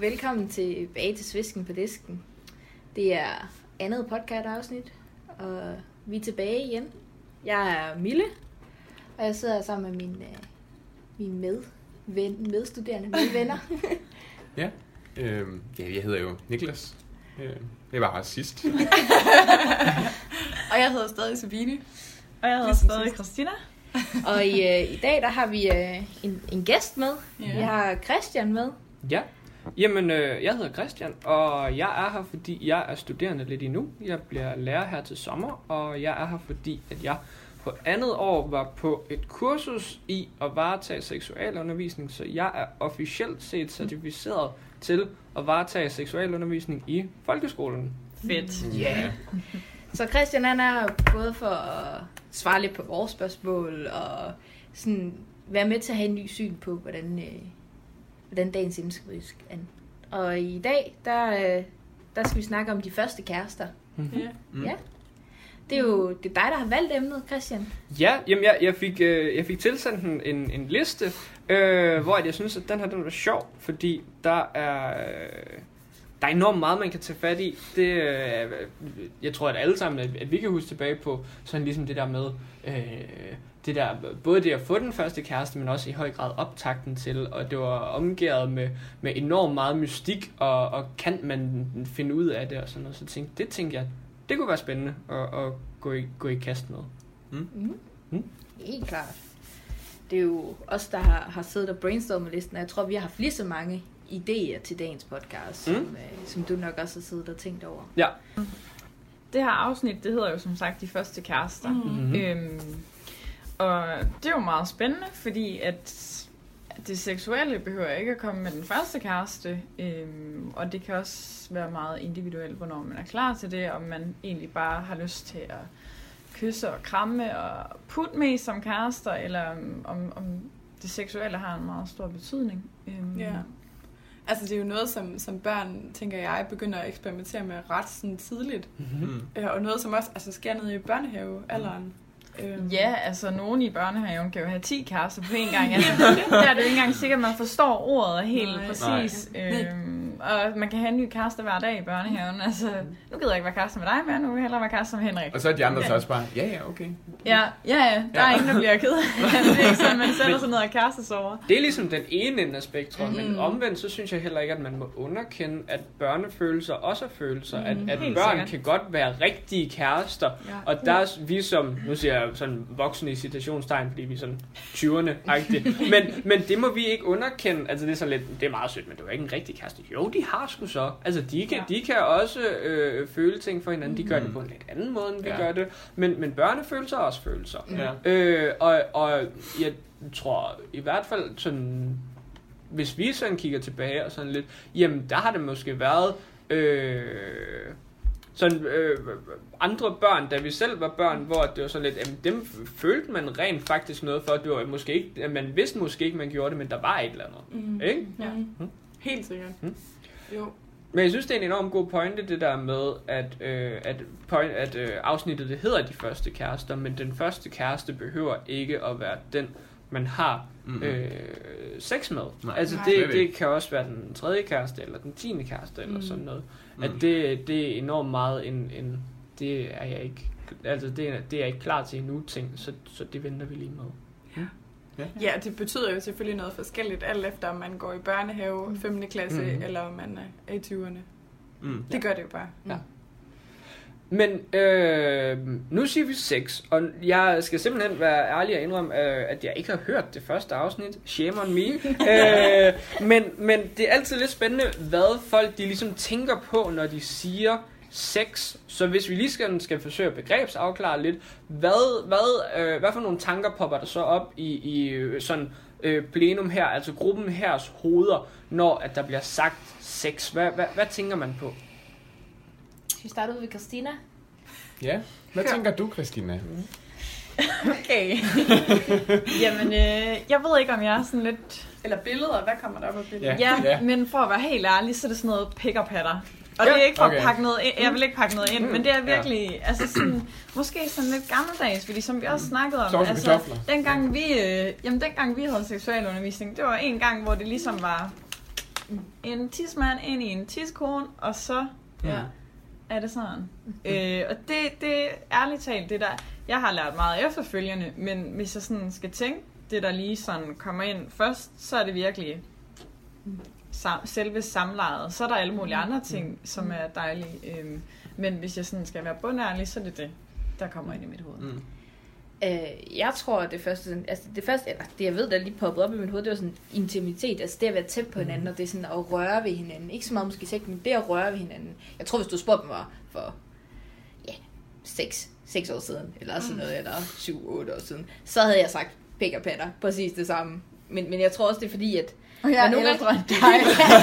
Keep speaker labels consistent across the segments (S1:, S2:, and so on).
S1: velkommen tilbage til Svisken på Disken. Det er andet podcast-afsnit, og vi er tilbage igen. Jeg er Mille, og jeg sidder sammen med mine medstuderende, mine venner.
S2: Ja, jeg hedder jo Niklas. Det var her sidst.
S3: Og jeg hedder stadig Sabine.
S4: Og jeg hedder stadig Christina.
S1: Og i dag der har vi en gæst med. Yeah. Vi har Christian med.
S5: Ja, jamen jeg hedder Christian, og jeg er her, fordi jeg er studerende lidt endnu. Jeg bliver lærer her til sommer, og jeg er her, fordi at jeg på andet år var på et kursus i at varetage seksualundervisning, så jeg er officielt set certificeret til at varetage seksualundervisning i folkeskolen.
S4: Fedt.
S1: Ja. Yeah. Så Christian han er både for at svare lidt på vores spørgsmål og sådan være med til at have en ny syn på, hvordan dagens emne skal brydes an. Og i dag, der skal vi snakke om de første kærester.
S5: Mm-hmm.
S1: Ja. Det er dig, der har valgt emnet, Christian.
S5: Ja, jamen jeg fik tilsendt en liste, hvor jeg synes, at den var sjov, fordi der er enormt meget, man kan tage fat i. Jeg tror, at alle sammen, at vi kan huske tilbage på sådan ligesom det der med, det der, både det at få den første kæreste, men også i høj grad optakten til, og det var omgået med enormt meget mystik, og kan man finde ud af det og sådan noget. Så tænkte jeg, det kunne være spændende at gå i kast med.
S1: Helt klart. Det er jo os, der har siddet og brainstormet listen, og jeg tror, vi har haft lige så mange idéer til dagens podcast, som du nok også har siddet og tænkt over.
S5: Ja.
S4: Det her afsnit, det hedder jo som sagt De Første Kærester. Mm-hmm. Og det er jo meget spændende, fordi at det seksuelle behøver ikke at komme med den første kæreste, og det kan også være meget individuelt, hvornår man er klar til det, om man egentlig bare har lyst til at kysse og kramme og putte med som kærester, eller om det seksuelle har en meget stor betydning.
S3: Ja. Altså det er jo noget, som børn, tænker jeg, begynder at eksperimentere med ret sådan tidligt. Mm-hmm. Og noget, som også sker ned i børnehavealderen.
S4: Ja, altså nogen i børnehaven kan jo have 10 kærester på en gang. Altså, der er det jo ikke engang sikkert, at man forstår ordet helt præcis. Og man kan have en ny kæreste hver dag i børnehaven. Altså, nu gider jeg ikke være kæreste med dig mere, nu vil jeg hellere være kæreste med Henrik.
S2: Og så er de andre så også bare, ja, okay.
S4: Ja, der er ingen, der bliver ked af det. Det er ikke sådan, man sætter sig ned og kærestesover.
S5: Det er ligesom den ene ende af spektrum, men omvendt, så synes jeg heller ikke, at man må underkende, at børnefølelser også er følelser. At børn kan godt være rigtige kærester, og der er vi som, nu siger jeg sådan voksne i citationstegn, fordi vi er sådan 20'erne-agtigt, men det må vi ikke underkende. Altså det er sådan lidt, det er meget sødt, men det er jo ikke en rigtig kæreste. Jo, de har sgu så. Altså de kan også føle ting for hinanden. De gør det på en lidt anden måde, end vi gør det. Men børnefølelser er også følelser. Og jeg tror i hvert fald sådan, hvis vi sådan kigger tilbage og sådan lidt, jamen der har det måske været andre børn, da vi selv var børn, hvor det var sådan lidt, jamen, dem følte man rent faktisk noget for. Det var måske ikke, man vidste måske ikke, man gjorde det, men der var et eller andet. Ikke?
S3: Ja. Helt sikkert. Jo.
S5: Men jeg synes, det er en enormt god pointe, det der med, at afsnittet det hedder De Første Kærester, men den første kæreste behøver ikke at være den, man har sex med. Nej. Altså det kan også være den tredje kæreste, eller den 10. kæreste, eller sådan noget. At det er enormt meget det er jeg ikke, altså det er jeg ikke klar til endnu ting, så det venter vi lige med.
S3: Ja, det betyder jo selvfølgelig noget forskelligt, alt efter om man går i børnehave, 5. klasse, eller om man er i 20'erne. Det gør det jo bare.
S5: Ja. Men nu siger vi sex, og jeg skal simpelthen være ærlig og indrømme, at jeg ikke har hørt det første afsnit. Shame on me. Men det er altid lidt spændende, hvad folk de ligesom tænker på, når de siger sex. Så hvis vi lige skal forsøge at begrebsafklare lidt, hvad for nogle tanker popper der så op i sådan plenum her, altså gruppen hers hoveder, når at der bliver sagt sex? Hvad tænker man på?
S1: Skal vi starte ud ved Christina?
S2: Ja, hvad tænker du, Christina?
S4: Okay. Jamen, jeg ved ikke, om jeg er sådan lidt...
S3: Eller billeder, hvad kommer der op af billeder?
S4: Ja, men for at være helt ærlig, så er det sådan noget pick-up-hatter. Og det er ikke for at pakke noget ind, jeg vil ikke pakke noget ind, men det er virkelig, altså sådan, måske sådan lidt gammeldags, fordi som vi også snakkede om, altså, dengang vi havde seksualundervisning, det var en gang, hvor det ligesom var en tidsmand ind i en tidskone, og så er det sådan. Og det ærligt talt, det der, jeg har lært meget efterfølgende, men hvis jeg sådan skal tænke, det der lige sådan kommer ind først, så er det virkelig selve samlejet. Så er der alle mulige andre ting, som er dejlige. Men hvis jeg sådan skal være bundærlig, så er det det, der kommer ind i mit hoved.
S1: Jeg tror, at det første, eller det jeg ved, der lige poppede op i mit hoved, det var sådan intimitet, altså det at være tæt på hinanden, og det er sådan at røre ved hinanden. Ikke så meget måske sex, men det at røre ved hinanden. Jeg tror, hvis du spurgte mig for 6 år siden, eller sådan noget, eller 7-8 år siden, så havde jeg sagt pik og patter, præcis det samme. Men jeg tror også, det er fordi, at
S4: jeg er ældre end dig.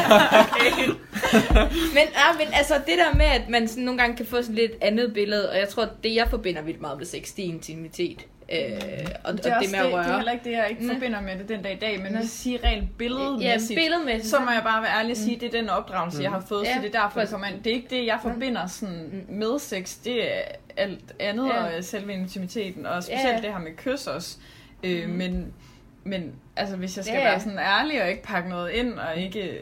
S1: Men altså det der med, at man sådan nogle gange kan få sådan lidt andet billede, og jeg tror, det jeg forbinder vildt meget med sex, det er intimitet. Og det med at røre.
S4: Det er heller ikke det, jeg ikke forbinder med det den dag i dag, men at sige rent billedmæssigt, så må jeg bare være ærlig at sige, det er den opdragelse, jeg har fået, så det er derfor, det kommer ind. Det er ikke det, jeg forbinder sådan med sex, det er alt andet, og selve intimiteten, og specielt det her med kys også. Men altså, hvis jeg skal være sådan ærlig og ikke pakke noget ind, og ikke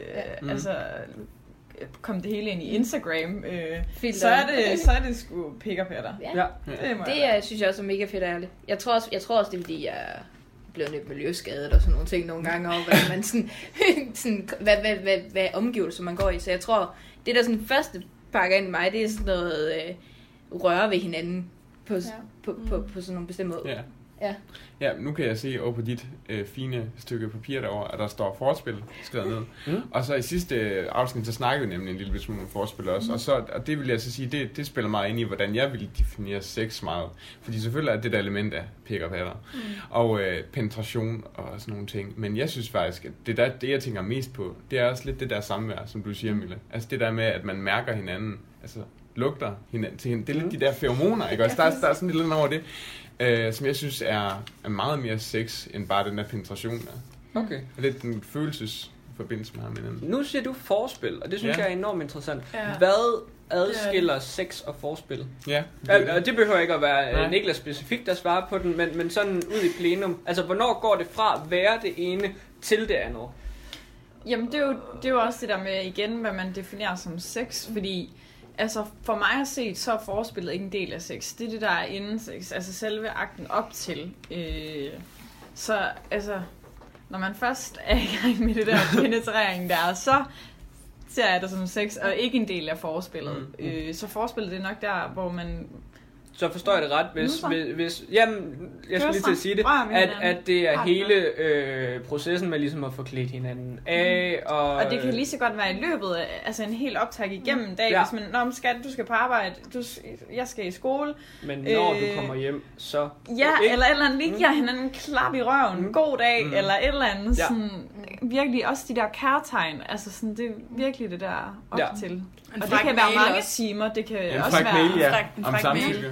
S4: komme det hele ind i Instagram, så er det sgu pik og patter.
S1: Det synes jeg også er mega fedt ærligt. Jeg tror også, det er fordi, jeg er blevet lidt miljøskadet og sådan nogle ting nogle gange, og hvordan man sådan hvad omgivelser man går i. Så jeg tror, det der sådan første pakker ind i mig, det er sådan noget røre ved hinanden på sådan nogle bestemte måder.
S2: Ja, nu kan jeg se over på dit fine stykke papir derovre, at der står forspil skrevet ned. Og så i sidste afsnit, så snakker vi nemlig en lille smule om forspil også. Og det vil jeg så sige, det spiller meget ind i, hvordan jeg vil definere sex meget. Fordi selvfølgelig er det der element af pik og patter. Og penetration og sådan nogle ting. Men jeg synes faktisk, at det jeg tænker mest på, det er også lidt det der samvær, som du siger, Mille. Altså det der med, at man mærker hinanden, altså lugter hinanden til hinanden. Det er lidt de der feromoner, ikke også? Der er sådan lidt over det. Som jeg synes er meget mere sex, end bare den der penetration der.
S5: Okay.
S2: Og lidt den følelsesforbindelse, man har med hinanden.
S5: Nu siger du forspil, og det synes jeg er enormt interessant. Hvad adskiller sex og forspil?
S2: Ja.
S5: Det behøver ikke at være Niklas specifikt, der svarer på den, men sådan ud i plenum. Altså, hvornår går det fra at være det ene til det andet?
S4: Jamen, det er jo også det der med, igen, hvad man definerer som sex, fordi altså, for mig at se, så er forspillet ikke en del af sex. Det er det, der er inden sex. Altså, selve akten op til. Så, altså, når man først er i gang med det der penetrering der, så ser jeg det som sex, og ikke en del af forspillet. Så forspillet, det er nok der, hvor man...
S5: Så forstår jeg det ret, hvis jamen, jeg skulle lige til at sige det, at det er hele processen med ligesom at få klædt hinanden af. Og
S4: det kan lige så godt være i løbet af altså en hel optag igennem dag, hvis man, du skal på arbejde, jeg skal i skole.
S5: Men når du kommer hjem, så...
S4: Ja, eller et eller andet, lige giver hinanden en klap i røven, god dag, eller et eller andet, sådan, virkelig også de der kærtegn, altså sådan, det er virkelig det der op til. Og det kan være mange timer, det kan
S2: en
S4: også være
S2: en fræk samtykke.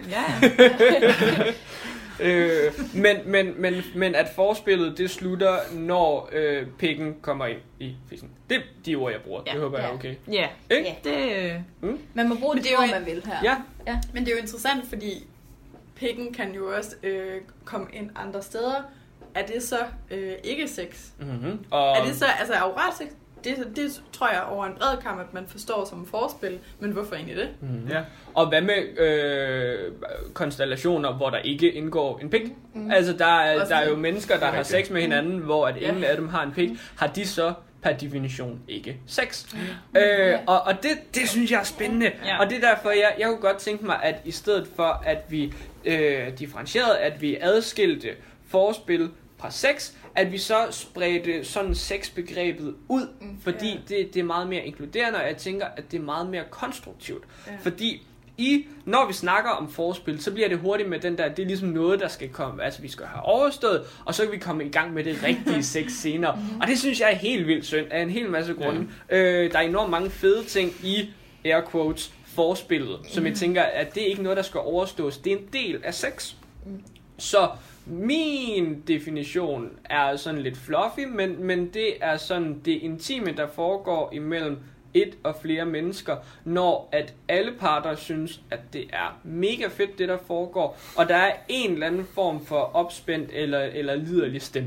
S5: Men at forspillet det slutter, når pikken kommer ind i fissen. Det er de ord, jeg bruger. Det håber jeg er okay.
S4: Ja. Det
S1: man må bruge det ord, man vil her.
S3: Ja. Men det er jo interessant, fordi pikken kan jo også komme ind andre steder. Er det så ikke sex? Er det så altså oralsex? Det tror jeg over en bred kam, at man forstår som forspil, men hvorfor egentlig det?
S5: Ja. Og hvad med konstellationer, hvor der ikke indgår en pik? Altså der er jo mennesker, der har sex med hinanden, hvor at ingen af dem har en pik. Har de så per definition ikke sex? Og det synes jeg er spændende. Og det er derfor, jeg kunne godt tænke mig, at i stedet for, at vi differentierede, at vi adskilte forspil fra sex, at vi så spredte sådan sexbegrebet ud, fordi det er meget mere inkluderende, og jeg tænker, at det er meget mere konstruktivt. Fordi når vi snakker om forspil, så bliver det hurtigt med den der, det er ligesom noget, der skal komme, altså vi skal have overstået, og så kan vi komme i gang med det rigtige sex senere. Og det synes jeg er helt vildt synd, af en hel masse grunde. Der er enormt mange fede ting i, air quotes, forspillet, som jeg tænker, at det er ikke noget, der skal overstås. Det er en del af sex. Så min definition er sådan lidt fluffy, men det er sådan det intime, der foregår imellem et og flere mennesker, når at alle parter synes, at det er mega fedt, det der foregår, og der er en eller anden form for opspændt eller liderlig stemning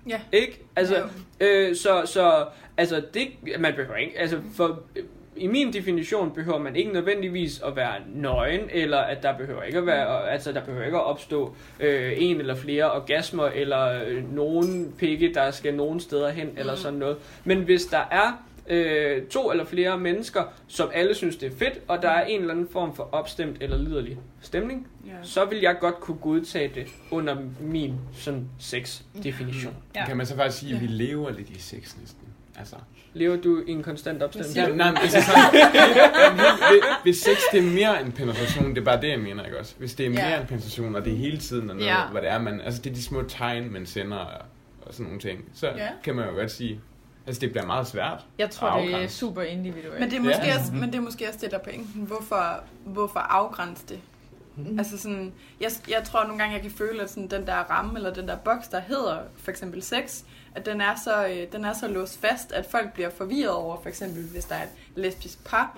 S3: Ja.
S5: Ikke? Altså, altså det, man behøver ikke, altså for i min definition behøver man ikke nødvendigvis at være nøgen, eller at der behøver ikke at være, altså der behøver ikke at opstå en eller flere orgasmer, eller nogen pikke, der skal nogen steder hen, eller sådan noget. Men hvis der er 2 eller flere mennesker, som alle synes det er fedt, og der er en eller anden form for opstemt eller liderlig stemning, så vil jeg godt kunne godtage det under min sådan sex-definition.
S2: Ja. Kan man så faktisk sige, at vi lever lidt i sex næsten? Altså.
S5: Lever du i en konstant opstemning?
S2: Ja, nej, altså hvis sex det er mere end penetration, det er bare det, jeg mener, ikke også? Hvis det er mere end penetration, og det er hele tiden, og noget, hvad det er, man, altså det er de små tegn, man sender, og sådan nogle ting, så kan man jo godt sige, altså det bliver meget svært.
S4: Jeg tror, det er super individuelt.
S3: Men det er måske, men det er måske også det, der pointen. Hvorfor afgrænse det? Altså sådan, jeg tror nogle gange, jeg kan føle, at sådan, den der ramme, eller den der boks, der hedder for eksempel sex, at den er så låst fast, at folk bliver forvirret over, for eksempel hvis der er et lesbisk par,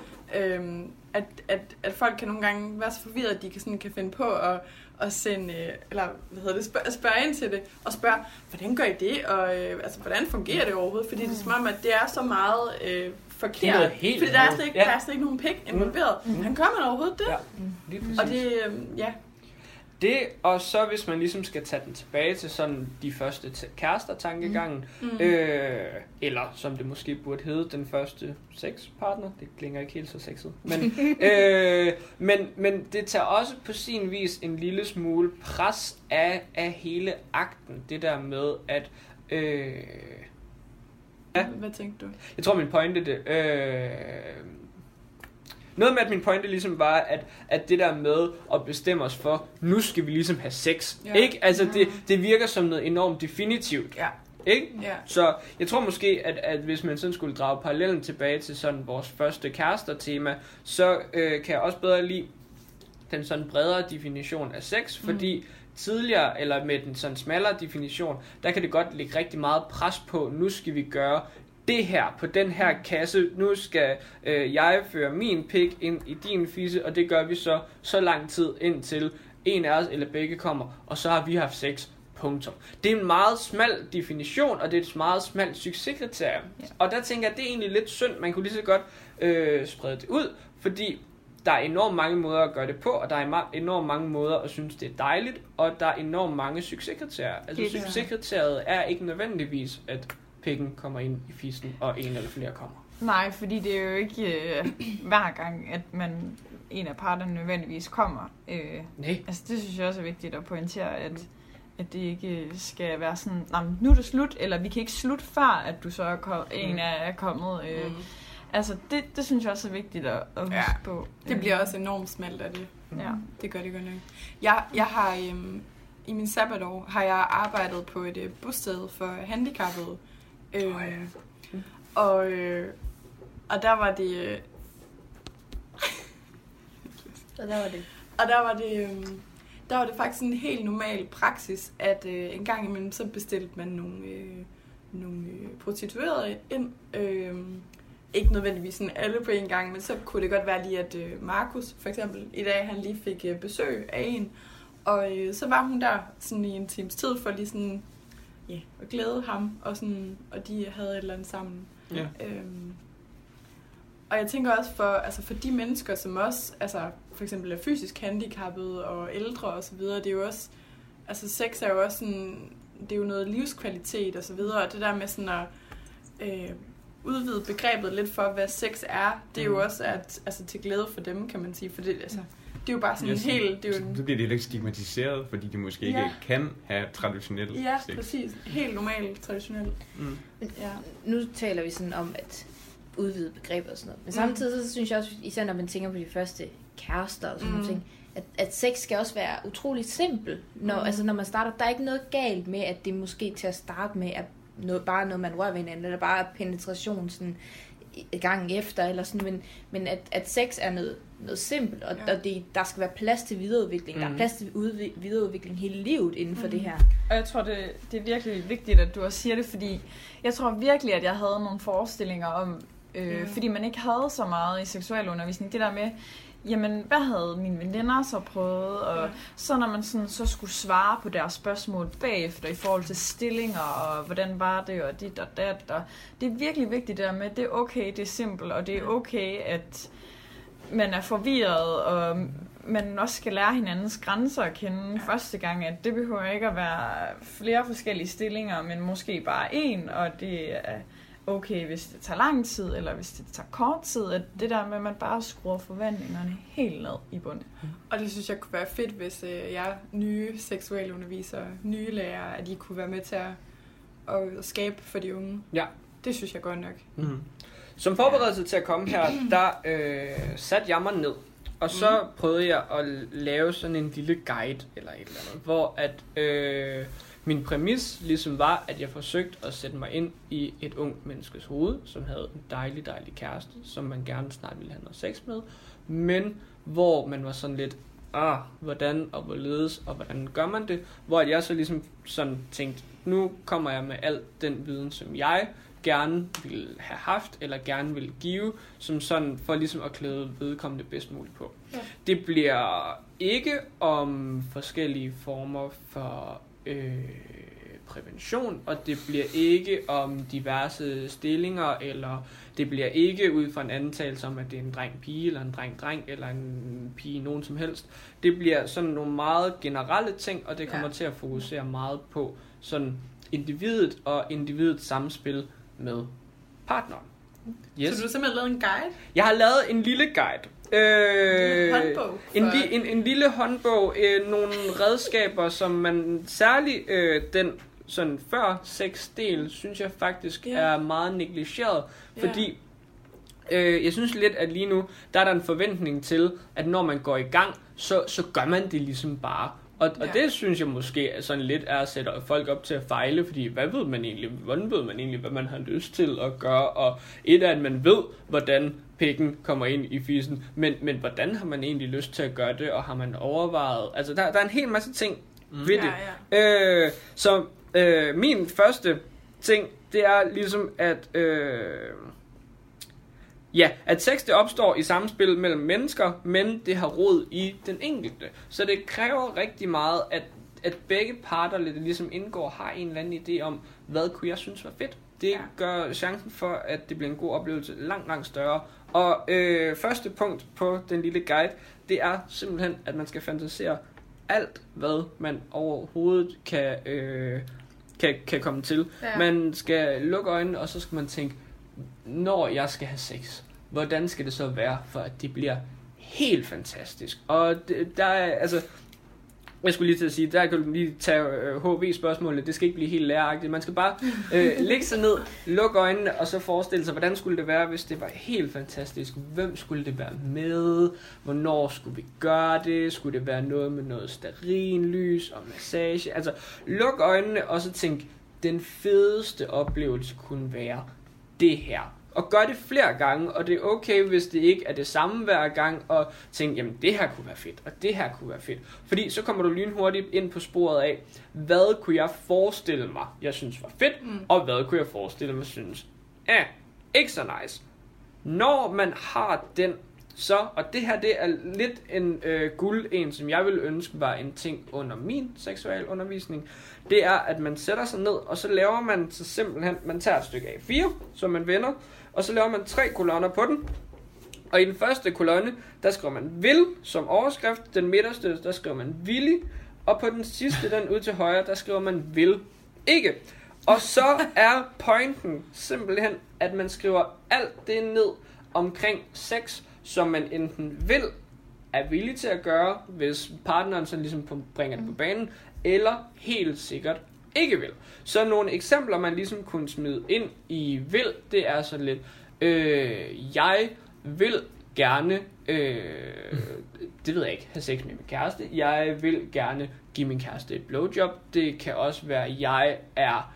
S3: at folk kan nogle gange være så forvirret, at de kan finde på at sende, eller spørge ind til det, og spørge, hvordan gør I det, og altså, hvordan fungerer det overhovedet, fordi det er som om, at det er så meget forkert, fordi der er slet ikke nogen pik involveret. Han gør man overhovedet det? Ja. Og det,
S5: Det, og så hvis man ligesom skal tage den tilbage til sådan de første kærester-tankegangen, eller som det måske burde hedde, den første sexpartner, det klinger ikke helt så sexet, men det tager også på sin vis en lille smule pres af hele akten, det der med at...
S3: Hvad tænkte du?
S5: Jeg tror min pointe det... Noget med, at min pointe ligesom var, at det der med at bestemme os for, nu skal vi ligesom have sex, ikke? Altså, det virker som noget enormt definitivt, ikke? Ja. Så jeg tror måske, at hvis man sådan skulle drage parallellen tilbage til sådan vores første kærester-tema, så kan jeg også bedre lide den sådan bredere definition af sex, fordi tidligere, eller med den sådan smallere definition, der kan det godt ligge rigtig meget pres på, nu skal vi gøre det her, på den her kasse, nu skal jeg føre min pik ind i din fisse, og det gør vi så lang tid indtil en af os eller begge kommer, og så har vi haft sex, punktum. Det er en meget smal definition, og det er et meget smalt succeskriterie. Ja. Og der tænker jeg, det er egentlig lidt synd, man kunne lige så godt sprede det ud, fordi der er enormt mange måder at gøre det på, og der er enormt mange måder at synes, det er dejligt, og der er enormt mange succeskriterier. Altså succeskriteriet er ikke nødvendigvis, at pikken kommer ind i fissen, og en eller flere kommer.
S4: Nej, fordi det er jo ikke hver gang, at en af parterne nødvendigvis kommer. Altså det synes jeg også er vigtigt at pointere, at det ikke skal være sådan, nu er det slut, eller vi kan ikke slutte før, at du så er kommet. Altså det synes jeg også er vigtigt at huske på.
S3: Det bliver også enormt smalt af det. Ja. Det gør det godt nok. Jeg har i min sabbatår har jeg arbejdet på et bosted for handicappede. Og der var det der var det faktisk en helt normal praksis, at en gang imellem så bestilte man nogle prostituerede ind. Ikke nødvendigvis sådan alle på en gang, men så kunne det godt være lige, at Markus for eksempel i dag, han lige fik besøg af en. Og så var hun der sådan i en times tid for lige sådan at glæde ham, og de havde et eller andet sammen. Ja. Og jeg tænker også for de mennesker, som også for eksempel er fysisk handicappede og ældre og så videre, det er jo også, sex er jo også sådan, det er jo noget livskvalitet og så videre, og det der med sådan at udvide begrebet lidt for, hvad sex er, det er jo også til glæde for dem, kan man sige, for det, det er jo bare sådan en helt...
S2: Så bliver det ikke stigmatiseret, fordi de måske ikke kan have traditionel sex.
S3: Ja, præcis. Helt normalt traditionelt.
S1: Ja. Nu taler vi sådan om at udvide begrebet og sådan noget. Men samtidig så synes jeg også, især når man tænker på de første kærester og sådan nogle ting, at sex skal også være utroligt simpel. Når man starter, der er ikke noget galt med, at det måske til at starte med er bare noget, man rører ved hinanden, eller bare penetration sådan gang efter, eller sådan, men at sex er noget simpelt, og der skal være plads til videreudvikling. Der er plads til videreudvikling hele livet inden for det her.
S4: Og jeg tror, det er virkelig vigtigt, at du også siger det, fordi jeg tror virkelig, at jeg havde nogle forestillinger om, fordi man ikke havde så meget i seksualundervisning, det der med, jamen, hvad havde mine veninder så prøvet? Og så når man sådan, så skulle svare på deres spørgsmål bagefter i forhold til stillinger, og hvordan var det, og dit og dat. Og det er virkelig vigtigt der med, det er okay, det er simpelt, og det er okay, at man er forvirret, og man også skal lære hinandens grænser at kende første gang, at det behøver ikke at være flere forskellige stillinger, men måske bare en, og det er okay, hvis det tager lang tid, eller hvis det tager kort tid, at det der med, at man bare skruer forventningerne helt ned i bunden.
S3: Og det synes jeg kunne være fedt, hvis jeg nye seksualundervisere, nye lærere, at de kunne være med til at skabe for de unge.
S5: Ja.
S3: Det synes jeg godt nok.
S5: Mm. Som forberedelse til at komme her, der satte jeg mig ned, og så prøvede jeg at lave sådan en lille guide, eller et eller andet, hvor at min præmis ligesom var, at jeg forsøgte at sætte mig ind i et ungt menneskes hoved, som havde en dejlig kæreste, som man gerne snart ville have noget sex med, men hvor man var sådan lidt, hvordan og hvorledes, og hvordan gør man det, hvor jeg så ligesom sådan tænkte, nu kommer jeg med al den viden, som jeg gerne ville have haft, eller gerne ville give, som sådan, for ligesom at klæde vedkommende bedst muligt på. Ja. Det bliver ikke om forskellige former for prævention, og det bliver ikke om diverse stillinger, eller det bliver ikke ud fra en antagelse om, at det er en dreng-pige, eller en dreng-dreng, eller en pige nogen som helst. Det bliver sådan nogle meget generelle ting, og det kommer til at fokusere meget på sådan individet og individets samspil med partneren. Yes.
S3: Så du har simpelthen lavet en guide?
S5: Jeg har lavet en lille guide.
S3: En håndbog?
S5: En lille håndbog. Nogle redskaber, som man særligt den sådan før sex-del, synes jeg faktisk er meget negligeret. Fordi jeg synes lidt, at lige nu, der er der en forventning til, at når man går i gang, så gør man det ligesom bare. Og det synes jeg måske sådan lidt er at sætte folk op til at fejle, fordi hvad ved man egentlig, hvordan ved man egentlig, hvad man har lyst til at gøre, og et af at man ved, hvordan pikken kommer ind i fisen, men hvordan har man egentlig lyst til at gøre det, og har man overvejet, altså der er en hel masse ting ved det. Så min første ting, det er ligesom at at sex det opstår i samspil mellem mennesker, men det har rod i den enkelte. Så det kræver rigtig meget, at begge parter ligesom indgår har en eller anden idé om, hvad kunne jeg synes var fedt. Det gør chancen for, at det bliver en god oplevelse langt større. Og første punkt på den lille guide, det er simpelthen, at man skal fantasere alt, hvad man overhovedet kan komme til. Ja. Man skal lukke øjnene, og så skal man tænke, når jeg skal have sex, hvordan skal det så være, for at det bliver helt fantastisk. Og der er, altså, jeg skulle lige til at sige, der kan du lige tage HV-spørgsmålet, det skal ikke blive helt læreragtigt. Man skal bare lægge sig ned, lukke øjnene, og så forestille sig, hvordan skulle det være, hvis det var helt fantastisk. Hvem skulle det være med? Hvornår skulle vi gøre det? Skulle det være noget med noget stearinlys og massage? Altså, luk øjnene, og så tænk, den fedeste oplevelse kunne være det her. Og gør det flere gange, og det er okay, hvis det ikke er det samme hver gang, og tænk, jamen det her kunne være fedt, og det her kunne være fedt. Fordi så kommer du lynhurtigt ind på sporet af, hvad kunne jeg forestille mig, jeg synes var fedt, og hvad kunne jeg forestille mig, synes ikke så nice. Når man har den, så, og det her det er lidt en en, som jeg ville ønske var en ting under min seksualundervisning, det er, at man sætter sig ned, og så laver man så simpelthen, man tager et stykke A4, som man vender, og så laver man 3 kolonner på den. Og i den første kolonne, der skriver man vil som overskrift, den midterste, der skriver man villig, og på den sidste, den ud til højre, der skriver man vil ikke. Og så er pointen simpelthen, at man skriver alt det ned omkring sex, som man enten er villig til at gøre, hvis partneren så ligesom bringer det på banen, eller helt sikkert ikke vil. Så nogle eksempler, man ligesom kunne smide ind i vil, det er sådan lidt, jeg vil gerne, det ved jeg ikke, have sex med min kæreste. Jeg vil gerne give min kæreste et blowjob. Det kan også være, jeg er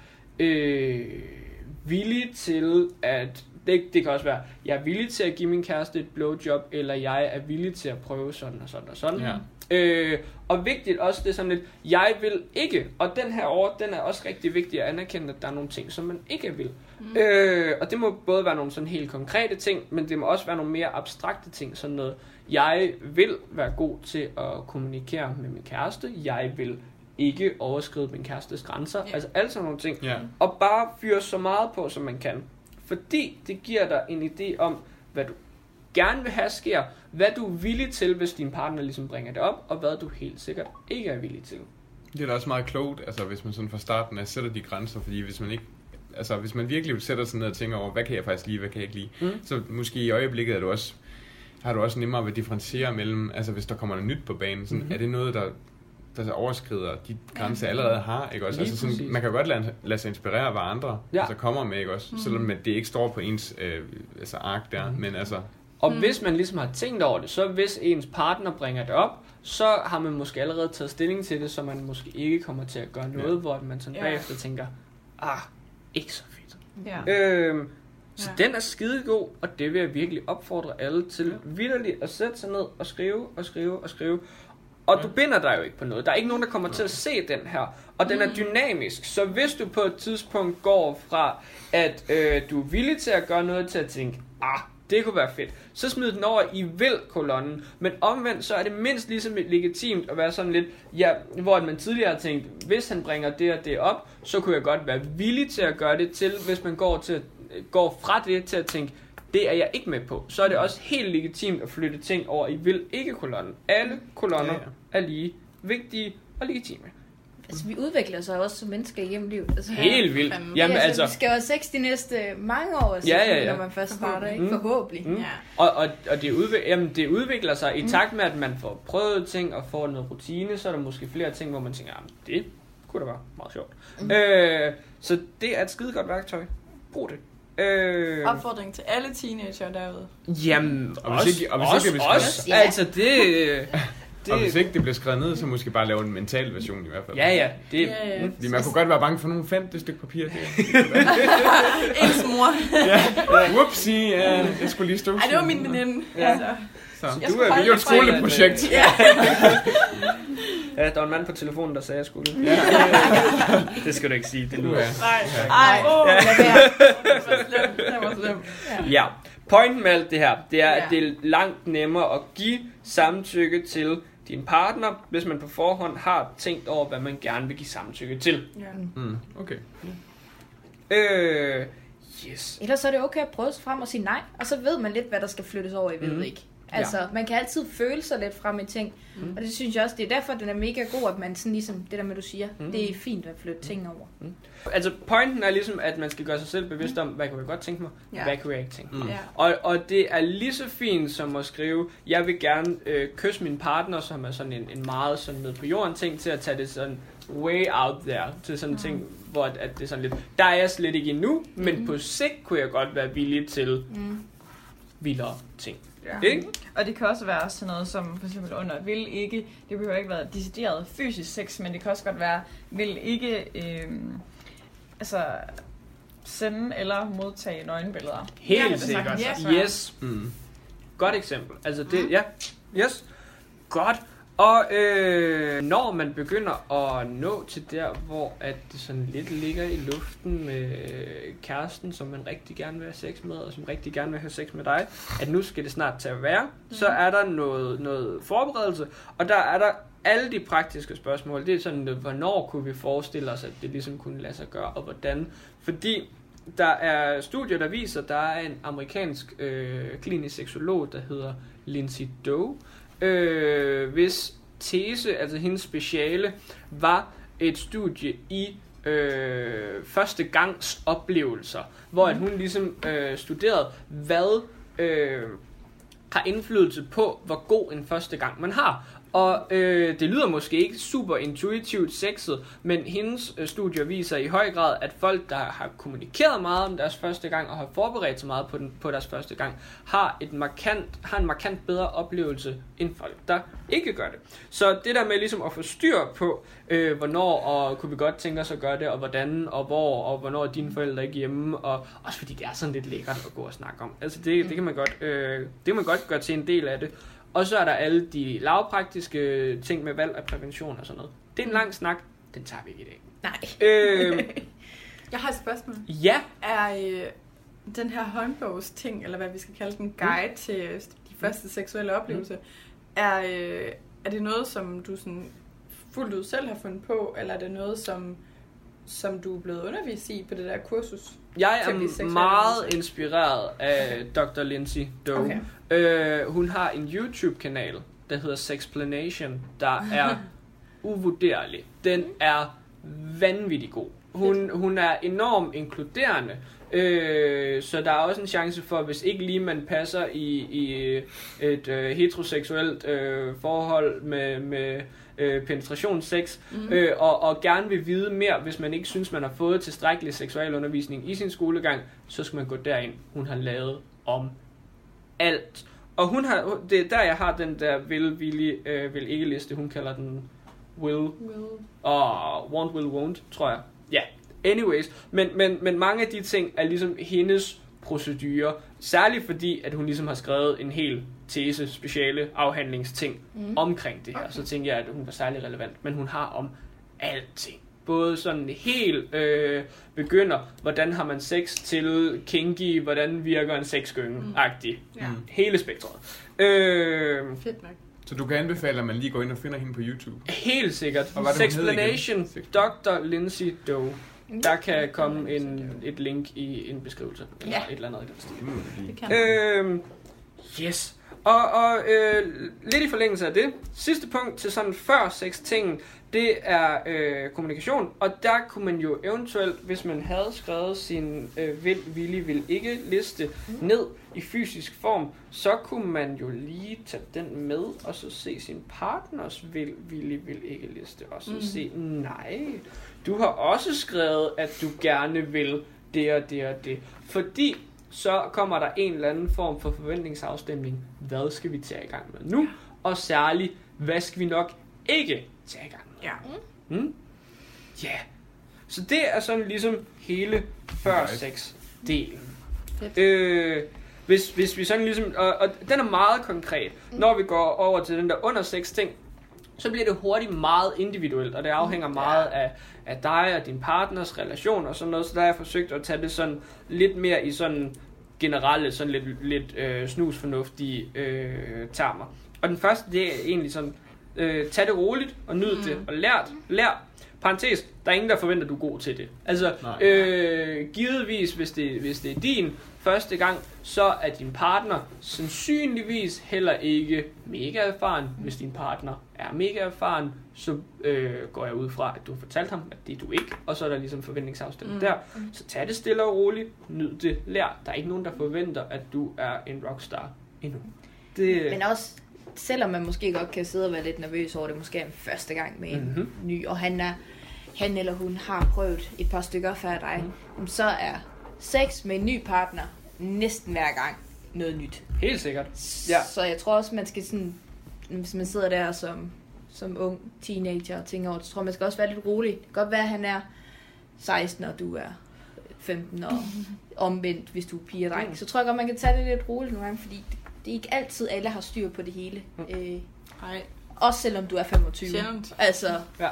S5: villig til at, det kan også være, jeg er villig til at give min kæreste et blowjob, eller jeg er villig til at prøve sådan og sådan og sådan. Og vigtigt også, det er sådan lidt, jeg vil ikke, og den her år, den er også rigtig vigtig at anerkende, at der er nogle ting, som man ikke vil. Og det må både være nogle sådan helt konkrete ting, men det må også være nogle mere abstrakte ting, sådan noget, jeg vil være god til at kommunikere med min kæreste, jeg vil ikke overskride min kærestes grænser, altså alle sådan nogle ting, og bare fyre så meget på, som man kan, fordi det giver dig en idé om, hvad du gerne vil have sker, hvad du er villig til, hvis din partner ligesom bringer det op, og hvad du helt sikkert ikke er villig til.
S2: Det er da også meget klogt, altså hvis man sådan fra starten af sætter de grænser, fordi hvis man ikke, altså hvis man virkelig sætter sig ned og tænker over, hvad kan jeg faktisk lide, hvad kan jeg ikke lide, så måske i øjeblikket har du også nemmere ved at differentiere mellem, altså hvis der kommer noget nyt på banen, sådan, er det noget, der overskrider de grænser allerede har, ikke også? Altså sådan, man kan godt lade sig inspirere af, hvad andre altså kommer med, ikke også? Selvom det ikke står på ens altså ark der, men altså.
S5: Og hvis man ligesom har tænkt over det, så hvis ens partner bringer det op, så har man måske allerede taget stilling til det, så man måske ikke kommer til at gøre noget, hvor man sådan bagefter tænker, ikke så fedt. Så den er skidegod, og det vil jeg virkelig opfordre alle til vitterligt at sætte sig ned og skrive. Og du binder dig jo ikke på noget. Der er ikke nogen, der kommer til at se den her. Og den er dynamisk. Så hvis du på et tidspunkt går fra, at du er villig til at gøre noget, til at tænke, det kunne være fedt, så smid den over i vil-kolonnen. Men omvendt, så er det mindst ligesom legitimt at være sådan lidt, hvor man tidligere har tænkt, hvis han bringer det og det op, så kunne jeg godt være villig til at gøre det til, hvis man går fra det til at tænke, det er jeg ikke med på. Så er det også helt legitimt at flytte ting over i vil-ikke-kolonnen. Alle kolonner er lige vigtige og legitime.
S1: Altså, vi udvikler sig også som mennesker igennem livet. Altså,
S5: helt vildt.
S1: Jamen, altså, vi skal jo have sex de næste mange år, når man først starter, ikke? Forhåbentlig.
S5: Og det udvikler sig i takt med, at man får prøvet ting og får noget rutine, så er der måske flere ting, hvor man tænker, det kunne da være meget sjovt. Så det er et skide godt værktøj. Brug det.
S3: Opfordring til alle teenager derude.
S5: Jamen,
S2: og hvis
S5: også. Altså, det...
S2: Og hvis ikke det bliver skrevet ned, så måske bare lave en mental version i hvert fald.
S5: Ja.
S2: Fordi man kunne godt være bange for, nogen fandt det stykke papir.
S3: Ens mor.
S2: Whoopsie, jeg skulle lige stå.
S3: Ej, det var min veninde.
S2: Så du er jo et skoleprojekt.
S5: Ja, der var en mand på telefonen, der sagde, jeg skulle. Det skal du ikke sige. Det
S3: Nej. Det var slemt.
S5: Ja. Pointen med alt det her, det er, at det er langt nemmere at give samtykke til din partner, hvis man på forhånd har tænkt over, hvad man gerne vil give samtykke til.
S2: Okay.
S5: Yes.
S1: Ellers er det okay at prøve sig frem og sige nej, og så ved man lidt, hvad der skal flyttes over i, ved ikke. Altså, man kan altid føle sig lidt frem i ting, og det synes jeg også, det er derfor, den er mega god, at man sådan ligesom, det der med, du siger, det er fint at flytte ting over.
S5: Altså, pointen er ligesom, at man skal gøre sig selv bevidst om, hvad kan jeg godt tænke mig, hvad kan jeg ikke tænke mig. Og det er lige så fint som at skrive, jeg vil gerne kysse min partner, som er sådan en meget sådan ned på jorden ting, til at tage det sådan way out there, til sådan en ting, hvor at det er sådan lidt, der er jeg slet ikke endnu, men på sigt kunne jeg godt være villig til vildere ting. Ikke?
S4: Og det kan også være sådan noget som for eksempel under vil ikke, det behøver ikke være decideret fysisk sex, men det kan også godt være vil ikke sende eller modtage nøgenbilleder.
S5: Helt sikkert. Yes. Godt eksempel. Altså det, yes. Godt. Og når man begynder at nå til der, hvor at det sådan lidt ligger i luften med kæresten, som man rigtig gerne vil have sex med, og som rigtig gerne vil have sex med dig, at nu skal det snart til at være, så er der noget forberedelse, og der er der alle de praktiske spørgsmål. Det er sådan, hvornår kunne vi forestille os, at det ligesom kunne lade sig gøre, og hvordan. Fordi der er studier, der viser, at der er en amerikansk klinisk seksolog, der hedder Lindsay Doe, hvis tese, altså hendes speciale, var et studie i første gangs oplevelser, hvor at hun ligesom studerede, hvad har indflydelse på, hvor god en første gang man har. Og det lyder måske ikke super intuitivt sexet, men hendes studier viser i høj grad, at folk, der har kommunikeret meget om deres første gang, og har forberedt sig meget på deres første gang, har en markant bedre oplevelse, end folk, der ikke gør det. Så det der med ligesom at få styr på, hvornår, og kunne vi godt tænke os at gøre det, og hvordan, og hvor, og hvornår er dine forældre ikke hjemme, og også fordi det er sådan lidt lækkert at gå og snakke om. Altså det kan man godt gøre til en del af det. Og så er der alle de lavpraktiske ting med valg af prævention og sådan noget. Det er en lang snak. Den tager vi ikke i dag.
S1: Nej.
S3: Jeg har et spørgsmål.
S5: Ja.
S3: Er den her håndbogs ting, eller hvad vi skal kalde den, guide til de første seksuelle oplevelser, er det noget, som du sådan fuldt ud selv har fundet på, eller er det noget, som du er blevet undervist i på det der kursus?
S5: Jeg er meget inspireret af Dr. Lindsay Doe. Okay. Hun har en YouTube-kanal, der hedder Sexplanation, der er uvurderlig. Den er vanvittig god. Hun er enormt inkluderende, så der er også en chance for, hvis ikke lige man passer i et heteroseksuelt forhold med penetrationssex, og gerne vil vide mere, hvis man ikke synes, man har fået tilstrækkelig seksualundervisning i sin skolegang, så skal man gå derind. Hun har lavet om alt. Og det er der, jeg har den der vil ikke liste. Hun kalder den will. Og won't will won't, tror jeg. Ja, anyways. Men mange af de ting er ligesom hendes procedurer. Særligt fordi, at hun ligesom har skrevet en hel tese, speciale afhandlingsting omkring det her. Okay. Så tænker jeg, at hun var særlig relevant. Men hun har om alting. Både sådan helt begynder, hvordan har man sex, til kinky, hvordan virker en sexgynge-agtig. Hele spektret.
S3: Fedt nok.
S2: Så du kan anbefale, at man lige går ind og finder hende på YouTube?
S5: Helt sikkert. Sexplanation, Dr. Lindsay Doe. Der kan komme et link i en beskrivelse. Eller et eller andet i den stil.
S3: Det kan
S5: yes. Og lidt i forlængelse af det, sidste punkt til sådan før sex-tingen, det er kommunikation, og der kunne man jo eventuelt, hvis man havde skrevet sin vil ikke liste ned i fysisk form, så kunne man jo lige tage den med, og så se sin partners vil ikke liste, og så se, nej, du har også skrevet, at du gerne vil det og det og det, fordi så kommer der en eller anden form for forventningsafstemning. Hvad skal vi tage i gang med nu? Og særligt, hvad skal vi nok ikke tage i gang med? Ja. Så det er sådan ligesom hele før sex-delen. Hvis vi sådan ligesom... Og den er meget konkret. Når vi går over til den der under sex-ting, så bliver det hurtigt meget individuelt, og det afhænger meget af dig og din partners relation og sådan noget, så der har jeg forsøgt at tage det sådan lidt mere i sådan generelle, sådan lidt snusfornuftige termer. Og den første, det er egentlig sådan, tag det roligt og nyd det, og lær. Parentes, der er ingen, der forventer, du er god til det. Altså, givetvis, hvis det er din første gang, så er din partner sandsynligvis heller ikke mega erfaren. Hvis din partner er mega erfaren, så går jeg ud fra, at du har fortalt ham, at det er du ikke, og så er der ligesom forventningsafstemning der. Så tag det stille og roligt, nyd det, lær. Der er ikke nogen, der forventer, at du er en rockstar endnu.
S1: Men også, selvom man måske godt kan sidde og være lidt nervøs over det, måske en første gang med en ny, og han eller hun har prøvet et par stykker før dig, så er sex med en ny partner næsten hver gang noget nyt.
S5: Helt sikkert. Ja.
S1: Så jeg tror også, man skal sådan, hvis man sidder der som ung teenager og tænker over, så tror man skal også være lidt rolig. Det kan godt være, at han er 16, og du er 15 og omvendt, hvis du er pige og dreng. Så tror jeg godt, man kan tage det lidt roligt nogle gange, fordi det er ikke altid, alle har styr på det hele. Også selvom du er 25.
S3: Sjældent.
S1: Altså.
S5: Ja.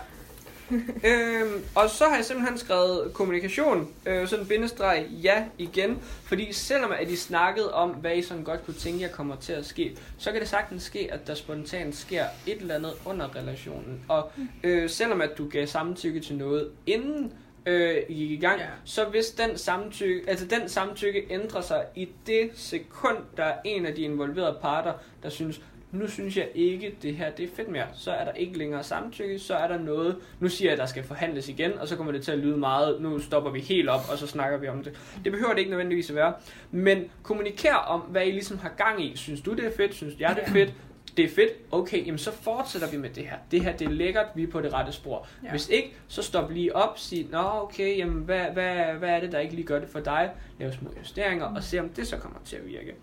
S5: Og så har jeg simpelthen skrevet kommunikation, sådan bindestreg ja igen, fordi selvom at I snakkede om, hvad I sådan godt kunne tænke jer kommer til at ske, så kan det sagtens ske, at der spontant sker et eller andet under relationen. Og selvom at du gav samtykke til noget inden I gik i gang, så hvis den samtykke ændrer sig i det sekund, der er en af de involverede parter, der synes, nu synes jeg ikke, det her det er fedt mere, så er der ikke længere samtykke, så er der noget, nu siger jeg, at der skal forhandles igen, og så kommer det til at lyde meget, nu stopper vi helt op, og så snakker vi om det. Det behøver det ikke nødvendigvis at være, men kommuniker om, hvad I ligesom har gang i. Synes du, det er fedt? Synes jeg, det er fedt? Det er fedt, okay, jamen så fortsætter vi med det her. Det her, det er lækkert, vi er på det rette spor. Ja. Hvis ikke, så stop lige op, sig, nå okay, jamen hvad er det, der ikke lige gør det for dig? Lav små justeringer, og se om det så kommer til at virke.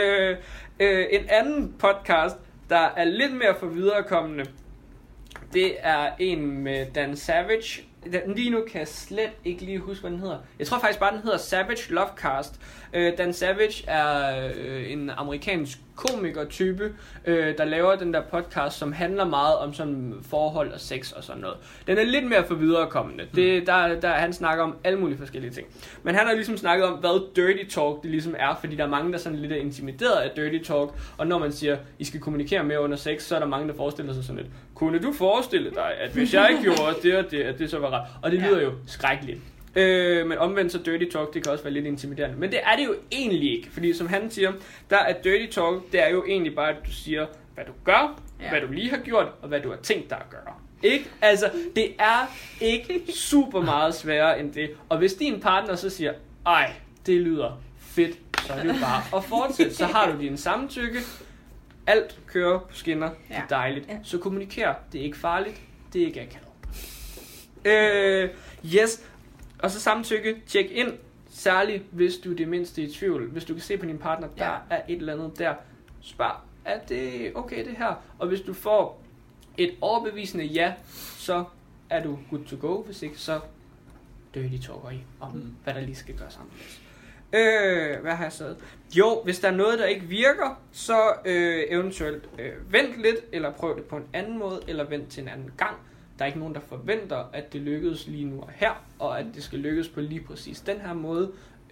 S5: En anden podcast, der er lidt mere for viderekommende, det er en med Dan Savage. Lige nu kan jeg slet ikke lige huske, hvad den hedder. Jeg tror faktisk bare, den hedder Savage Lovecast. Dan Savage er en amerikansk komiker-type, der laver den der podcast, som handler meget om sådan forhold og sex og sådan noget. Den er lidt mere for viderekommende. Han snakker om alle mulige forskellige ting. Men han har ligesom snakket om, hvad dirty talk det ligesom er, fordi der er mange, der sådan lidt er intimideret af dirty talk, og når man siger, I skal kommunikere mere under sex, så er der mange, der forestiller sig sådan lidt, kunne du forestille dig, at hvis jeg ikke gjorde det og det, at det så var ret? Og det lyder jo skrækkeligt. Men omvendt så dirty talk, det kan også være lidt intimiderende. Men det er det jo egentlig ikke, fordi som han siger, der er dirty talk, det er jo egentlig bare, at du siger, hvad du gør, hvad du lige har gjort, og hvad du har tænkt dig at gøre. Ikke? Altså, det er ikke super meget sværere end det. Og hvis din partner så siger, ej, det lyder fedt, så er det jo bare at fortsætte. Så har du din samtykke, alt kører på skinner, det er dejligt. Så kommuniker, det er ikke farligt, det er ikke akavet. Yes. Og så samtykke, tjek ind, særligt hvis du er det mindste i tvivl. Hvis du kan se på din partner, der er et eller andet der, spørg, er det okay det her? Og hvis du får et overbevisende ja, så er du good to go. Hvis ikke, så dirty talker I om, hvad der lige skal gøres anderledes. Hvad har jeg sagt? Jo, hvis der er noget, der ikke virker, så eventuelt vent lidt, eller prøv det på en anden måde, eller vent til en anden gang. Der er ikke nogen, der forventer, at det lykkes lige nu og her, og at det skal lykkes på lige præcis den her måde.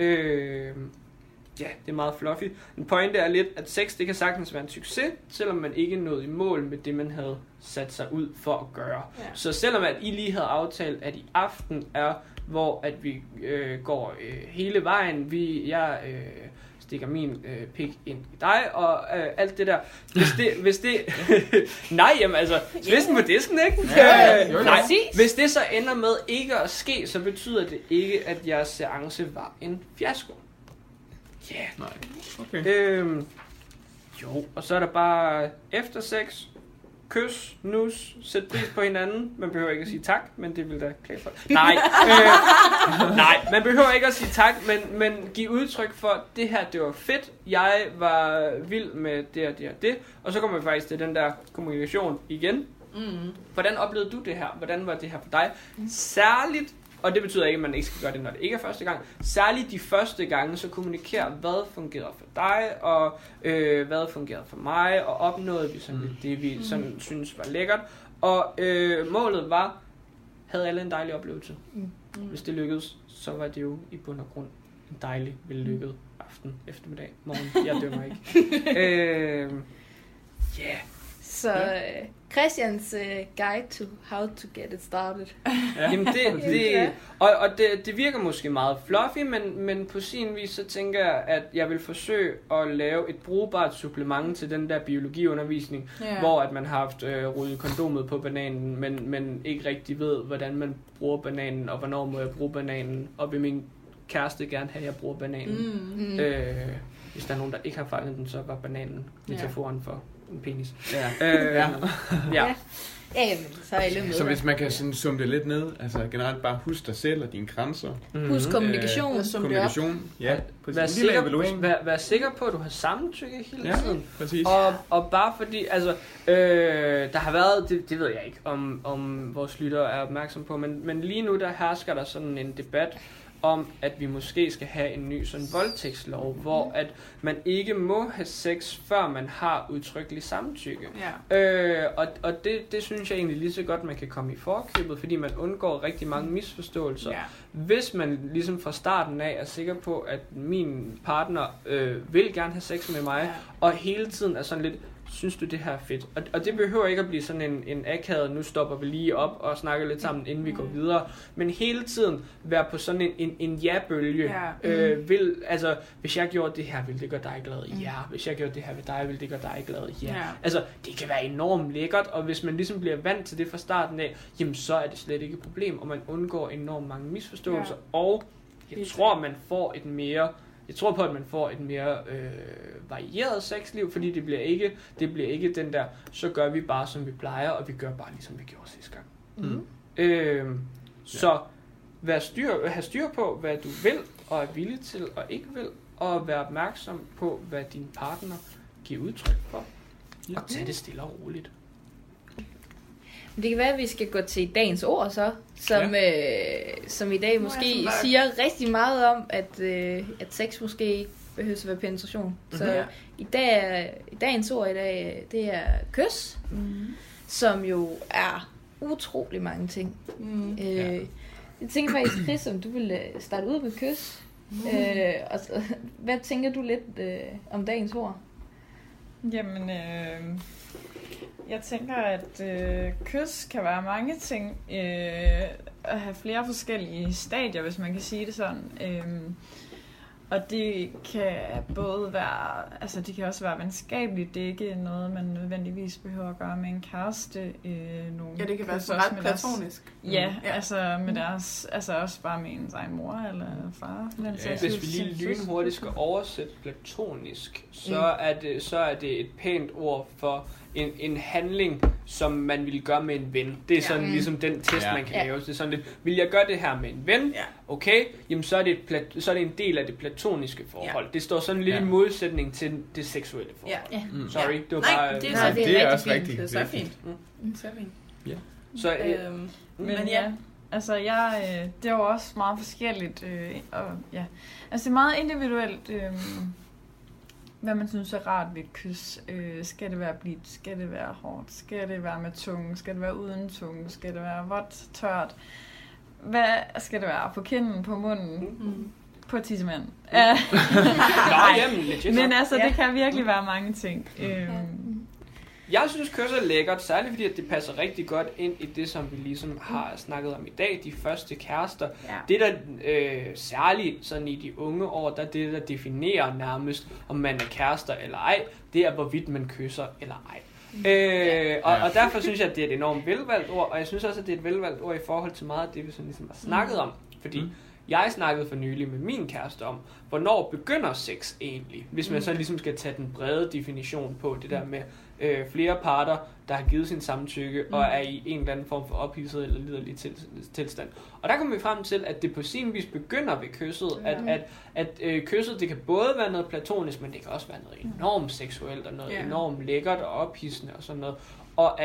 S5: Ja, det er meget fluffy. En pointe er lidt, at sex, det kan sagtens være en succes, selvom man ikke nåede i mål med det, man havde sat sig ud for at gøre. Ja. Så selvom at I lige havde aftalt, at i aften er, hvor at vi går hele vejen, jeg stikker min pik ind i dig, og alt det der. Hvis det nej, jamen altså, svisten på disken, ikke? Nej, hvis det så ender med ikke at ske, så betyder det ikke, at jeres seance var en fiasko. Ja. Yeah.
S2: Nej. Okay.
S5: Jo, og så er der bare efter sex, kys, nus, sæt pris på hinanden. Man behøver ikke at sige tak, men det vil da klæde for. Nej, nej, man behøver ikke at sige tak, men give udtryk for, det her, det var fedt. Jeg var vild med det og det og det. Og så kommer vi faktisk til den der kommunikation igen. Hvordan oplevede du det her? Hvordan var det her for dig? Særligt, og det betyder ikke, at man ikke skal gøre det, når det ikke er første gang. Særligt de første gange, så kommunikere, hvad fungerede for dig, og hvad fungerede for mig, og opnåede vi sådan det, vi sådan synes var lækkert. Og målet var, havde alle en dejlig oplevelse. Hvis det lykkedes, så var det jo i bund og grund en dejlig, vellykket aften, eftermiddag, morgen. Jeg dømmer ikke. Yeah.
S1: Så Christians guide to how to get it started.
S5: Ja. Jamen det virker måske meget fluffy, men på sin vis så tænker jeg, at jeg vil forsøge at lave et brugbart supplement til den der biologiundervisning, hvor at man har haft ryddet kondomet på bananen, men ikke rigtig ved, hvordan man bruger bananen, og hvornår må jeg bruge bananen, og vil min kæreste gerne have, at jeg bruger bananen. Hvis der er nogen, der ikke har fanget den, så var bananen metaforen for en penis. Ja.
S1: Så er alle med.
S2: Så hvis man kan sådan summe det lidt ned, altså generelt bare husk dig selv og dine grænser.
S1: Husk kommunikation.
S2: Kommunikation, ja.
S5: Vær sikker på, at du har samtykke hele tiden.
S2: Præcis.
S5: Og bare fordi, altså, der har været, det ved jeg ikke, om vores lyttere er opmærksom på, men lige nu der hersker der sådan en debat om, at vi måske skal have en ny sådan voldtægtslov, hvor at man ikke må have sex, før man har udtrykkelig samtykke. Og det synes jeg egentlig lige så godt, man kan komme i forkøbet, fordi man undgår rigtig mange misforståelser. Hvis man ligesom fra starten af er sikker på, at min partner vil gerne have sex med mig, og hele tiden er sådan lidt, synes du det her er fedt? Og det behøver ikke at blive sådan en akavet, nu stopper vi lige op og snakker lidt sammen, inden vi går videre. Men hele tiden være på sådan en ja-bølge. Altså, hvis jeg gjorde det her, ville det gøre dig glad? Ja. Hvis jeg gjorde det her ved dig, ville det gøre dig glad? Ja. Altså, det kan være enormt lækkert, og hvis man ligesom bliver vant til det fra starten af, jamen så er det slet ikke et problem, og man undgår enormt mange misforståelser. Og jeg tror, man får et mere... Jeg tror på, at man får et mere varieret sexliv, fordi det bliver ikke den der, så gør vi bare, som vi plejer, og vi gør bare, ligesom vi gjorde sidste gang. Så have styr på, hvad du vil, og er villig til, og ikke vil, og være opmærksom på, hvad din partner giver udtryk for, og tage det stille og roligt.
S1: Det kan være, at vi skal gå til dagens ord så, som i dag måske siger rigtig meget om, at sex måske behøver at være penetration. Så dagens ord i dag, det er kys, som jo er utrolig mange ting. Jeg tænker faktisk, Chris, om du vil starte ud med kys. Hvad tænker du lidt om dagens ord?
S4: Jamen, jeg tænker, at kys kan være mange ting, at have flere forskellige stadier, hvis man kan sige det sådan. Og det kan både være, altså det kan også være venskabeligt, det er ikke noget, man nødvendigvis behøver at gøre med en kæreste.
S3: Det kan være så ret platonisk.
S4: Altså med deres, altså også bare med ens egen mor eller far.
S5: Hvis vi lige lynhurtigt skal oversætte platonisk, så er det et pænt ord for en handling, som man ville gøre med en ven. Det er sådan ligesom den test, man kan lave. Det er sådan lidt, vil jeg gøre det her med en ven? Okay, jamen så er det en del af det platoniske forhold. Det står sådan lidt i modsætning til det seksuelle forhold. Sorry, det var bare...
S2: Det er også rigtigt.
S3: Det er så fint. Så fint.
S5: Så,
S4: men altså det er jo også meget forskelligt. Altså det er meget individuelt... hvad man synes er rart ved et kys. Skal det være blidt? Skal det være hårdt? Skal det være med tunge? Skal det være uden tunge? Skal det være vådt, tørt? Hvad skal det være? På kinden, på munden? På tissemanden? Men altså, det kan virkelig være mange ting.
S5: Jeg synes, kys er lækkert, særligt fordi at det passer rigtig godt ind i det, som vi ligesom har snakket om i dag, de første kærester. Det der særligt sådan i de unge år, der det der definerer nærmest, om man er kærester eller ej, det er hvorvidt man kysser eller ej. Og derfor synes jeg, at det er et enormt velvalgt ord, og jeg synes også, at det er et velvalgt ord i forhold til meget af det, vi sådan ligesom har snakket om, fordi jeg snakkede for nylig med min kæreste om, hvornår begynder sex egentlig, hvis man så ligesom skal tage den brede definition på det der med flere parter, der har givet sin samtykke og er i en eller anden form for ophidset eller liderlig tilstand. Og der kommer vi frem til, at det på sin vis begynder ved kysset, at kysset, det kan både være noget platonisk, men det kan også være noget enormt seksuelt og noget enormt lækkert og ophidsende og sådan noget. Og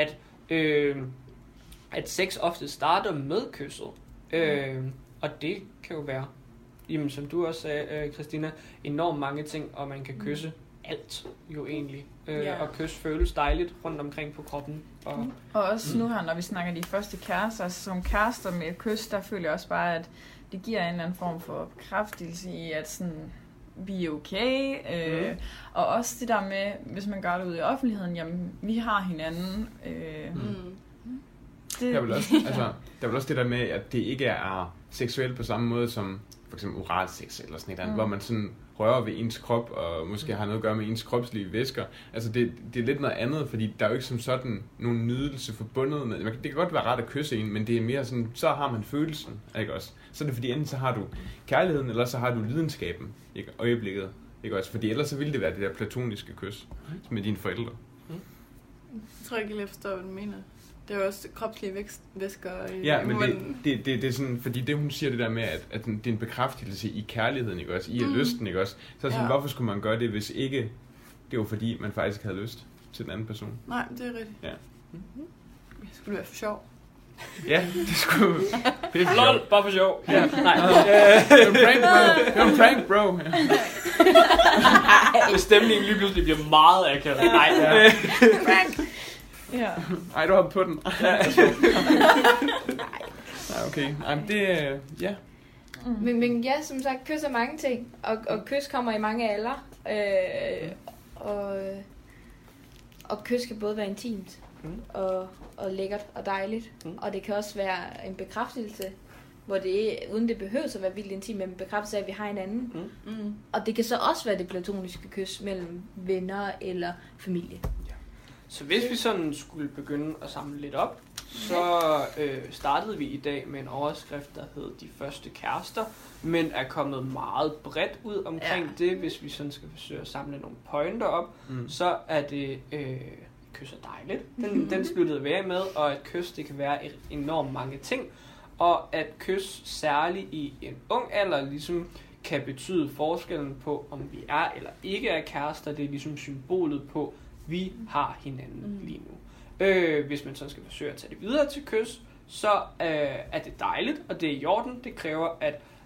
S5: at sex ofte starter med kysset. Og det kan jo være, jamen, som du også sagde, Christina, enormt mange ting, og man kan kysse alt jo egentlig. Og kys føles dejligt rundt omkring på kroppen.
S4: Og også nu her, når vi snakker de første kærester, altså som kærester med kys, der føler jeg også bare, at det giver en eller anden form for bekræftelse i, at sådan, vi er okay. Og også det der med, hvis man gør det ud i offentligheden, jamen, vi har hinanden.
S2: Der er vel også det der med, at det ikke er seksuelt på samme måde som for eksempel oralsex eller sådan noget, hvor man sådan rører ved ens krop og måske har noget at gøre med ens kropslige væsker. Altså det er lidt noget andet, fordi der er jo ikke som sådan nogen nydelse forbundet med. Det kan godt være rart at kysse en, men det er mere sådan, så har man følelsen, ikke også? Så er det fordi enten så har du kærligheden, eller så har du lidenskaben, ikke? Øjeblikket, ikke også? Fordi ellers så ville det være det der platoniske kys med dine forældre.
S3: Jeg tror ikke, jeg forstår, hvad du mener. Det er jo også kropslige væsker.
S2: Men det er sådan, fordi det hun siger det der med, at det er en bekræftelse i kærligheden, ikke også? I lysten, ikke også? Så er sådan, hvorfor skulle man gøre det, hvis ikke det var fordi, man faktisk havde lyst til den anden person?
S3: Nej, det er rigtigt.
S2: Ja.
S3: Det skulle være for sjov.
S2: Ja, det skulle...
S5: Lol, bare for sjov.
S2: Ja. Nej. Det var en prank, bro.
S5: Stemningen lige pludselig bliver meget akavet. Nej,
S3: prank.
S1: Ja.
S2: Ej, du har på den. Nej, okay. Jamen, det ja.
S1: Men ja, som sagt, kys er mange ting, og kys kommer i mange aldre, og kys kan både være intimt, og lækkert og dejligt, og det kan også være en bekræftelse, hvor det uden det behøver at være vildt intimt, men en bekræftelse af, at vi har hinanden. Og det kan så også være det platoniske kys mellem venner eller familie.
S5: Så hvis vi sådan skulle begynde at samle lidt op, så startede vi i dag med en overskrift, der hed De første kærester, men er kommet meget bredt ud omkring det. Hvis vi sådan skal forsøge at samle nogle pointer op, så er det kys er dejligt. Den sluttede vi af med, og at kys, det kan være enormt mange ting, og at kys særligt i en ung alder ligesom kan betyde forskellen på, om vi er eller ikke er kærester. Det er ligesom symbolet på, vi har hinanden lige nu. Hvis man så skal forsøge at tage det videre til kys, så er det dejligt, og det er i orden. Det kræver, at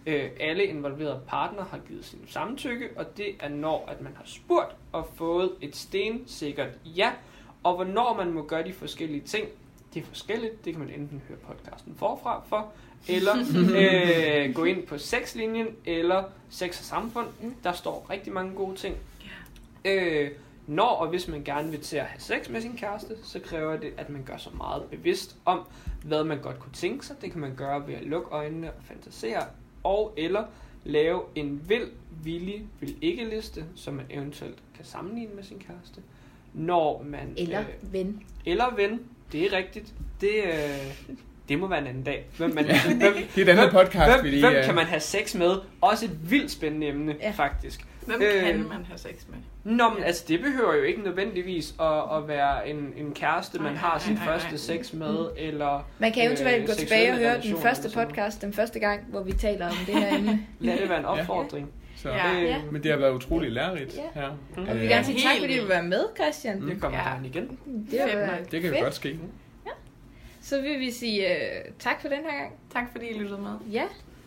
S5: alle involverede partnere har givet sin samtykke, og det er når, at man har spurgt og fået et stensikkert ja, og hvornår man må gøre de forskellige ting. Det er forskelligt, det kan man enten høre podcasten forfra for, eller gå ind på sexlinjen, eller sex og samfund. Der står rigtig mange gode ting. Når og hvis man gerne vil til at have sex med sin kæreste, så kræver det, at man gør sig meget bevidst om, hvad man godt kunne tænke sig. Det kan man gøre ved at lukke øjnene og fantasere, og eller lave en villig, vil ikke liste, som man eventuelt kan sammenligne med sin kæreste. Når man...
S1: Eller ven.
S5: Eller ven, det er rigtigt. Det må være en anden dag.
S2: Det er et andet podcast.
S5: Hvem kan man have sex med? Også et vildt spændende emne, faktisk.
S3: Hvem kan man have sex med?
S5: Nå, men altså, det behøver jo ikke nødvendigvis at være en kæreste, man har sin første sex med, eller...
S1: Man kan eventuelt gå tilbage og høre den første podcast, den første gang, hvor vi taler om det her emne.
S5: Lad det være en opfordring.
S2: Så, men det har været utroligt lærerigt her.
S1: Og vi vil gerne sige tak, fordi du vil være med, Christian.
S5: Det kommer gerne igen.
S2: Det kan jo godt ske.
S1: Ja. Så vil vi sige tak for den her gang.
S3: Tak fordi I lyttede med.
S1: Ja.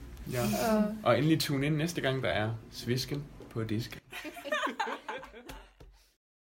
S2: Og endelig tune ind næste gang, der er svisken på disken.